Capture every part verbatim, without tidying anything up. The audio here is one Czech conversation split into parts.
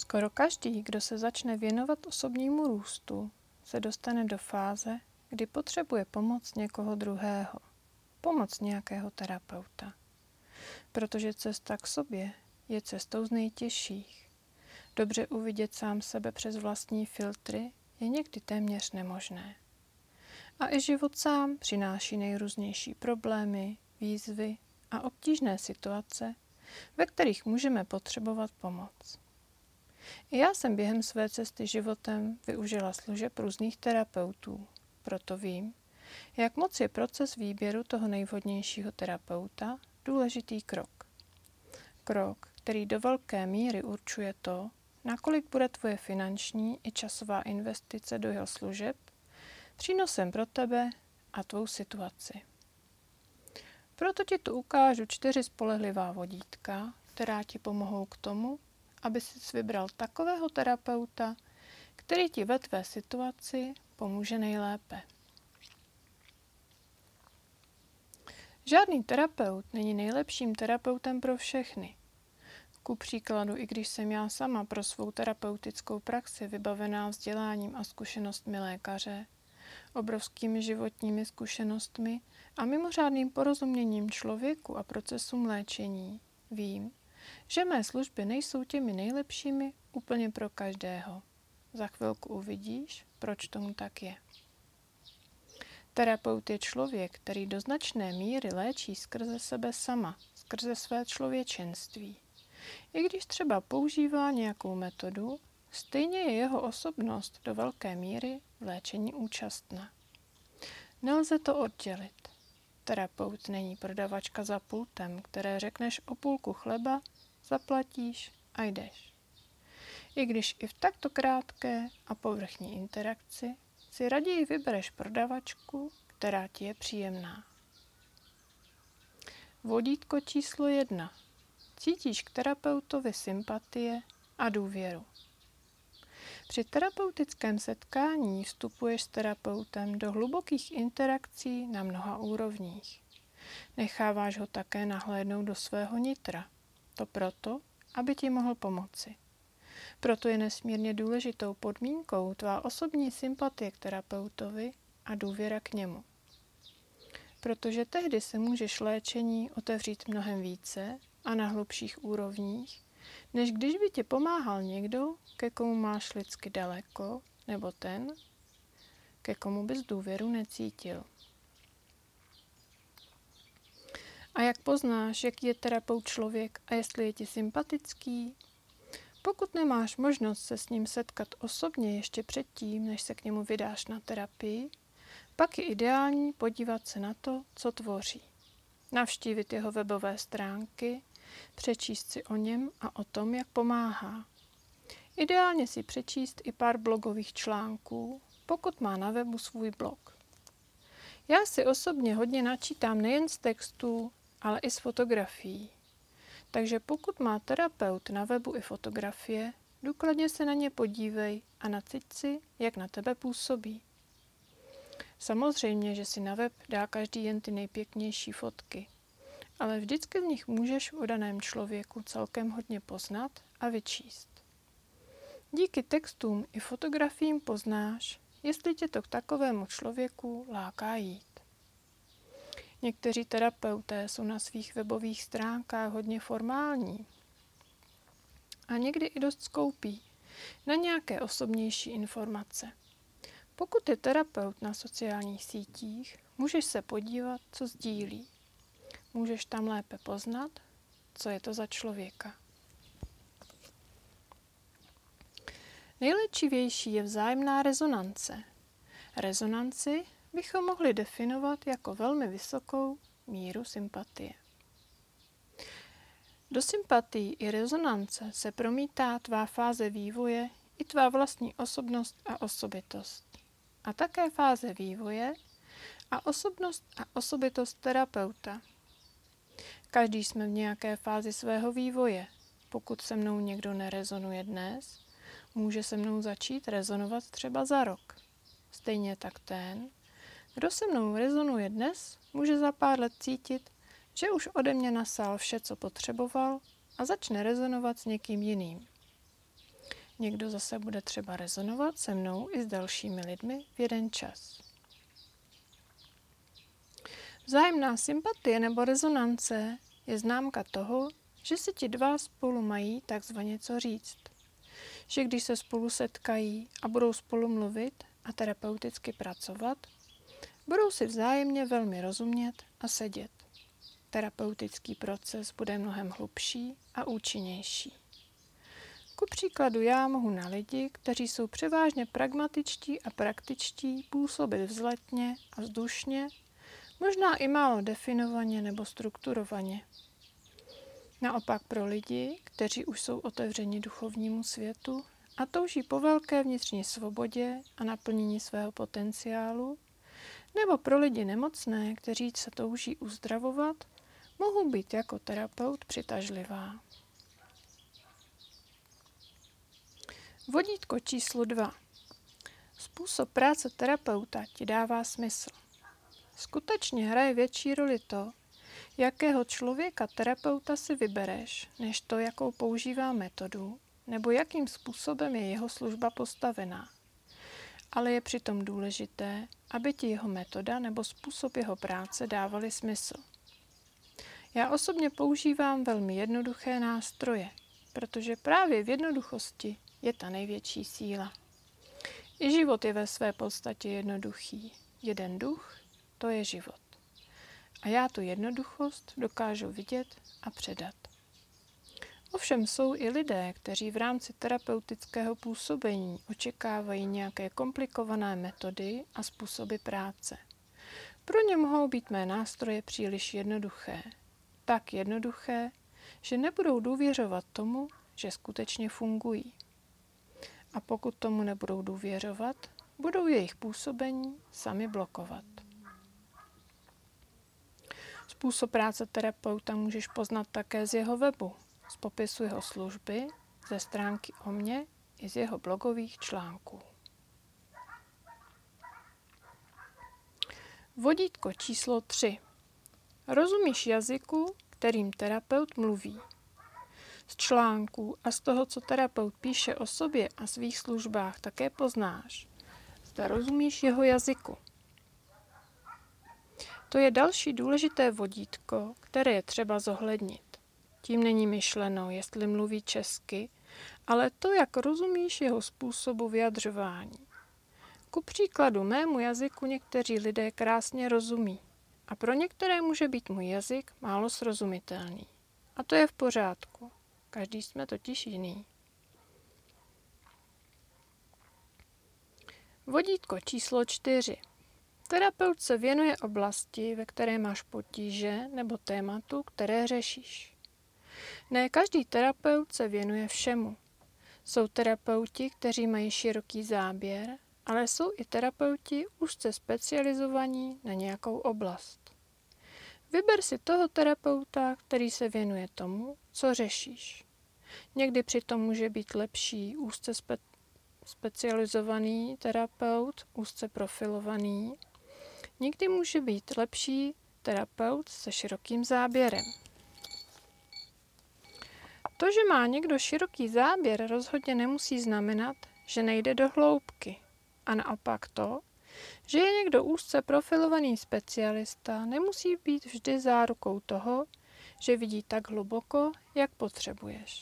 Skoro každý, kdo se začne věnovat osobnímu růstu, se dostane do fáze, kdy potřebuje pomoc někoho druhého, pomoc nějakého terapeuta. Protože cesta k sobě je cestou z nejtěžších. Dobře uvidět sám sebe přes vlastní filtry je někdy téměř nemožné. A i život sám přináší nejrůznější problémy, výzvy a obtížné situace, ve kterých můžeme potřebovat pomoc. I já jsem během své cesty životem využila služeb různých terapeutů, proto vím, jak moc je proces výběru toho nejvhodnějšího terapeuta důležitý krok. Krok, který do velké míry určuje to, nakolik bude tvoje finanční i časová investice do jeho služeb přínosem pro tebe a tvou situaci. Proto ti tu ukážu čtyři spolehlivá vodítka, která ti pomohou k tomu, aby jsi vybral takového terapeuta, který ti ve tvé situaci pomůže nejlépe. Žádný terapeut není nejlepším terapeutem pro všechny. Ku příkladu, i když jsem já sama pro svou terapeutickou praxi vybavená vzděláním a zkušenostmi lékaře, obrovskými životními zkušenostmi a mimořádným porozuměním člověku a procesům léčení, vím, že mé služby nejsou těmi nejlepšími úplně pro každého. Za chvilku uvidíš, proč tomu tak je. Terapeut je člověk, který do značné míry léčí skrze sebe sama, skrze své člověčenství. I když třeba používá nějakou metodu, stejně je jeho osobnost do velké míry v léčení účastna. Nelze to oddělit. Terapeut není prodavačka za pultem, které řekneš o půlku chleba, zaplatíš a jdeš. I když i v takto krátké a povrchní interakci si raději vybereš prodavačku, která ti je příjemná. Vodítko číslo jedna. Cítíš k terapeutovi sympatie a důvěru. Při terapeutickém setkání vstupuješ s terapeutem do hlubokých interakcí na mnoha úrovních. Necháváš ho také nahlédnout do svého nitra. To proto, aby ti mohl pomoci. Proto je nesmírně důležitou podmínkou tvá osobní sympatie k terapeutovi a důvěra k němu. Protože tehdy se můžeš léčení otevřít mnohem více a na hlubších úrovních, než když by ti pomáhal někdo, ke komu máš lidsky daleko, nebo ten, ke komu bys důvěru necítil. A jak poznáš, jaký je terapeut člověk a jestli je ti sympatický? Pokud nemáš možnost se s ním setkat osobně ještě předtím, než se k němu vydáš na terapii, pak je ideální podívat se na to, co tvoří. Navštívit jeho webové stránky, přečíst si o něm a o tom, jak pomáhá. Ideálně si přečíst i pár blogových článků, pokud má na webu svůj blog. Já si osobně hodně načítám nejen z textů, ale i z fotografií. Takže pokud má terapeut na webu i fotografie, důkladně se na ně podívej a naciť si, jak na tebe působí. Samozřejmě, že si na web dá každý jen ty nejpěknější fotky, ale vždycky z nich můžeš o daném člověku celkem hodně poznat a vyčíst. Díky textům i fotografiím poznáš, jestli tě to k takovému člověku láká jít. Někteří terapeuté jsou na svých webových stránkách hodně formální a někdy i dost skoupí na nějaké osobnější informace. Pokud je terapeut na sociálních sítích, můžeš se podívat, co sdílí. Můžeš tam lépe poznat, co je to za člověka. Nejléčivější je vzájemná rezonance. Rezonanci bychom mohli definovat jako velmi vysokou míru sympatie. Do sympatii i rezonance se promítá tvá fáze vývoje i tvá vlastní osobnost a osobitost. A také fáze vývoje a osobnost a osobitost terapeuta. Každý jsme v nějaké fázi svého vývoje. Pokud se mnou někdo nerezonuje dnes, může se mnou začít rezonovat třeba za rok. Stejně tak ten, kdo se mnou rezonuje dnes, může za pár let cítit, že už ode mě nasál vše, co potřeboval a začne rezonovat s někým jiným. Někdo zase bude třeba rezonovat se mnou i s dalšími lidmi v jeden čas. Vzájemná sympatie nebo rezonance je známka toho, že si ti dva spolu mají takzvaně co říct. Že když se spolu setkají a budou spolu mluvit a terapeuticky pracovat, budou si vzájemně velmi rozumět a sedět. Terapeutický proces bude mnohem hlubší a účinnější. Ku příkladu já mohu na lidi, kteří jsou převážně pragmatičtí a praktičtí, působit vzletně a vzdušně, možná i málo definovaně nebo strukturovaně. Naopak pro lidi, kteří už jsou otevřeni duchovnímu světu a touží po velké vnitřní svobodě a naplnění svého potenciálu, nebo pro lidi nemocné, kteří se touží uzdravovat, mohu být jako terapeut přitažlivá. Vodítko číslo dva. Způsob práce terapeuta ti dává smysl. Skutečně hraje větší roli to, jakého člověka terapeuta si vybereš, než to, jakou používá metodu, nebo jakým způsobem je jeho služba postavená. Ale je přitom důležité, aby ti jeho metoda nebo způsob jeho práce dávaly smysl. Já osobně používám velmi jednoduché nástroje, protože právě v jednoduchosti je ta největší síla. I život je ve své podstatě jednoduchý. Jeden duch, to je život. A já tu jednoduchost dokážu vidět a předat. Ovšem jsou i lidé, kteří v rámci terapeutického působení očekávají nějaké komplikované metody a způsoby práce. Pro ně mohou být mé nástroje příliš jednoduché. Tak jednoduché, že nebudou důvěřovat tomu, že skutečně fungují. A pokud tomu nebudou důvěřovat, budou jejich působení sami blokovat. Způsob práce terapeuta můžeš poznat také z jeho webu, z popisu jeho služby, ze stránky o mně i z jeho blogových článků. Vodítko číslo tři. Rozumíš jazyku, kterým terapeut mluví. Z článků a z toho, co terapeut píše o sobě a svých službách, také poznáš, zda rozumíš jeho jazyku. To je další důležité vodítko, které je třeba zohlednit. Tím není myšleno, jestli mluví česky, ale to, jak rozumíš jeho způsobu vyjadřování. Ku příkladu mému jazyku někteří lidé krásně rozumí a pro některé může být můj jazyk málo srozumitelný. A to je v pořádku. Každý jsme totiž jiný. Vodítko číslo čtyři. Terapeut se věnuje oblasti, ve které máš potíže, nebo tématu, které řešíš. Ne každý terapeut se věnuje všemu. Jsou terapeuti, kteří mají široký záběr, ale jsou i terapeuti úzce specializovaní na nějakou oblast. Vyber si toho terapeuta, který se věnuje tomu, co řešíš. Někdy přitom může být lepší úzce spe- specializovaný terapeut, úzce profilovaný. Někdy může být lepší terapeut se širokým záběrem. To, že má někdo široký záběr, rozhodně nemusí znamenat, že nejde do hloubky. A naopak to, že je někdo úzce profilovaný specialista, nemusí být vždy zárukou toho, že vidí tak hluboko, jak potřebuješ.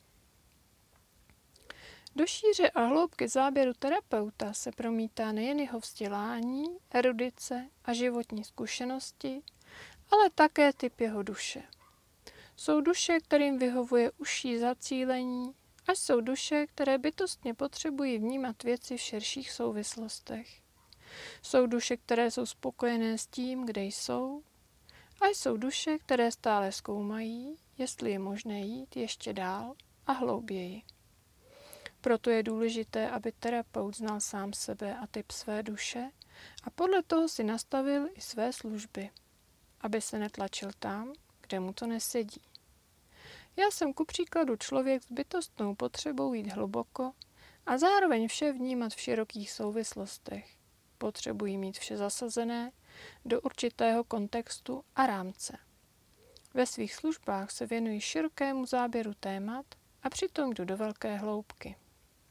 Do šíře a hloubky záběru terapeuta se promítá nejen jeho vzdělání, erudice a životní zkušenosti, ale také typ jeho duše. Jsou duše, kterým vyhovuje užší zacílení, a jsou duše, které bytostně potřebují vnímat věci v širších souvislostech. Jsou duše, které jsou spokojené s tím, kde jsou, a jsou duše, které stále zkoumají, jestli je možné jít ještě dál a hlouběji. Proto je důležité, aby terapeut znal sám sebe a typ své duše a podle toho si nastavil i své služby, aby se netlačil tam, kde mu to nesedí. Já jsem ku příkladu člověk s bytostnou potřebou jít hluboko a zároveň vše vnímat v širokých souvislostech. Potřebuji mít vše zasazené do určitého kontextu a rámce. Ve svých službách se věnuji širokému záběru témat a přitom jdu do velké hloubky.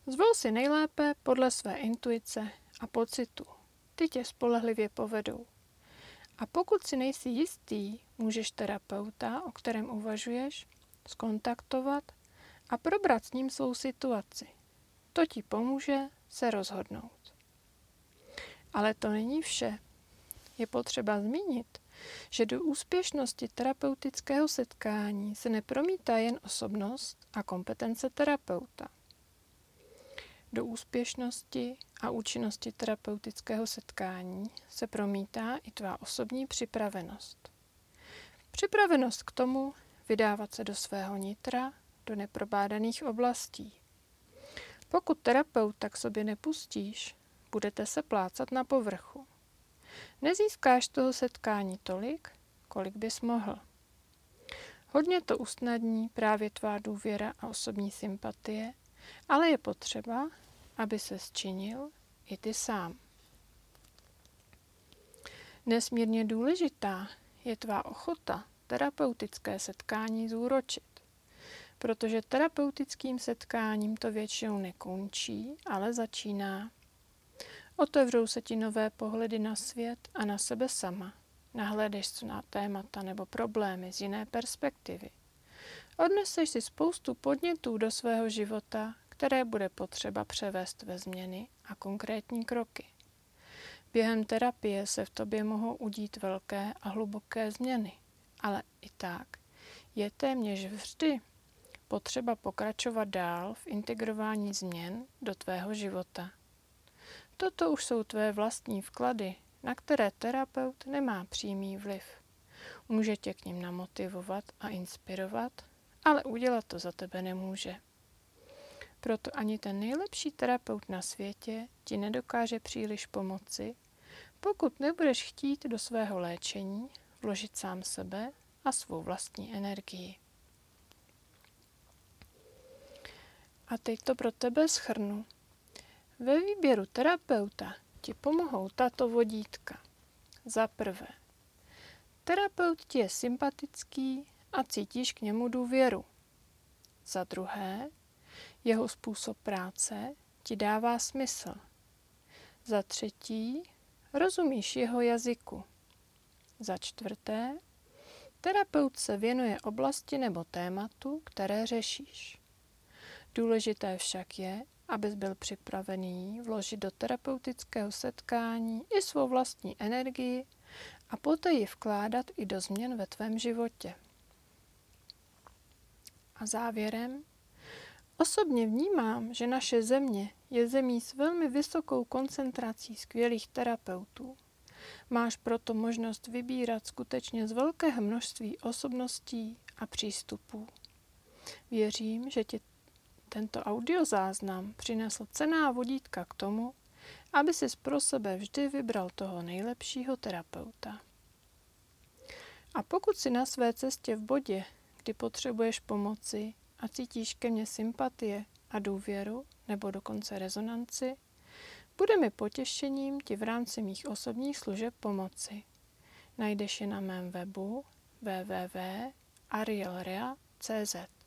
Zvol si nejlépe podle své intuice a pocitu. Ty tě spolehlivě povedou. A pokud si nejsi jistý, můžeš terapeuta, o kterém uvažuješ, zkontaktovat a probrat s ním svou situaci. To ti pomůže se rozhodnout. Ale to není vše. Je potřeba zmínit, že do úspěšnosti terapeutického setkání se nepromítá jen osobnost a kompetence terapeuta. Do úspěšnosti a účinnosti terapeutického setkání se promítá i tvá osobní připravenost. Připravenost k tomu vydávat se do svého nitra, do neprobádaných oblastí. Pokud terapeuta k sobě nepustíš, budete se plácat na povrchu. Nezískáš toho setkání tolik, kolik bys mohl. Hodně to usnadní právě tvá důvěra a osobní sympatie, ale je potřeba, aby se zčinil i ty sám. Nesmírně důležitá je tvá ochota terapeutické setkání zúročit, protože terapeutickým setkáním to většinou nekončí, ale začíná. Otevřou se ti nové pohledy na svět a na sebe sama. Nahlédeš na témata nebo problémy z jiné perspektivy. Odneseš si spoustu podnětů do svého života, které bude potřeba převést ve změny a konkrétní kroky. Během terapie se v tobě mohou udít velké a hluboké změny, ale i tak je téměř vždy potřeba pokračovat dál v integrování změn do tvého života. Toto už jsou tvé vlastní vklady, na které terapeut nemá přímý vliv. Může tě k nim namotivovat a inspirovat, ale udělat to za tebe nemůže. Proto ani ten nejlepší terapeut na světě ti nedokáže příliš pomoci, pokud nebudeš chtít do svého léčení vložit sám sebe a svou vlastní energii. A teď to pro tebe shrnu. Ve výběru terapeuta ti pomohou tato vodítka. Za prvé, terapeut ti je sympatický a cítíš k němu důvěru. Za druhé, jeho způsob práce ti dává smysl. Za třetí, rozumíš jeho jazyku. Za čtvrté, terapeut se věnuje oblasti nebo tématu, které řešíš. Důležité však je, abys byl připravený vložit do terapeutického setkání i svou vlastní energii a poté ji vkládat i do změn ve tvém životě. A závěrem, osobně vnímám, že naše země je zemí s velmi vysokou koncentrací skvělých terapeutů. Máš proto možnost vybírat skutečně z velkého množství osobností a přístupů. Věřím, že ti tento audiozáznam přinesl cenná vodítka k tomu, aby sis pro sebe vždy vybral toho nejlepšího terapeuta. A pokud si na své cestě v bodě, kdy potřebuješ pomoci a cítíš ke mně sympatie a důvěru nebo dokonce rezonanci, bude mi potěšením ti v rámci mých osobních služeb pomoci. Najdeš je na mém webu w w w tečka arielrea tečka c z.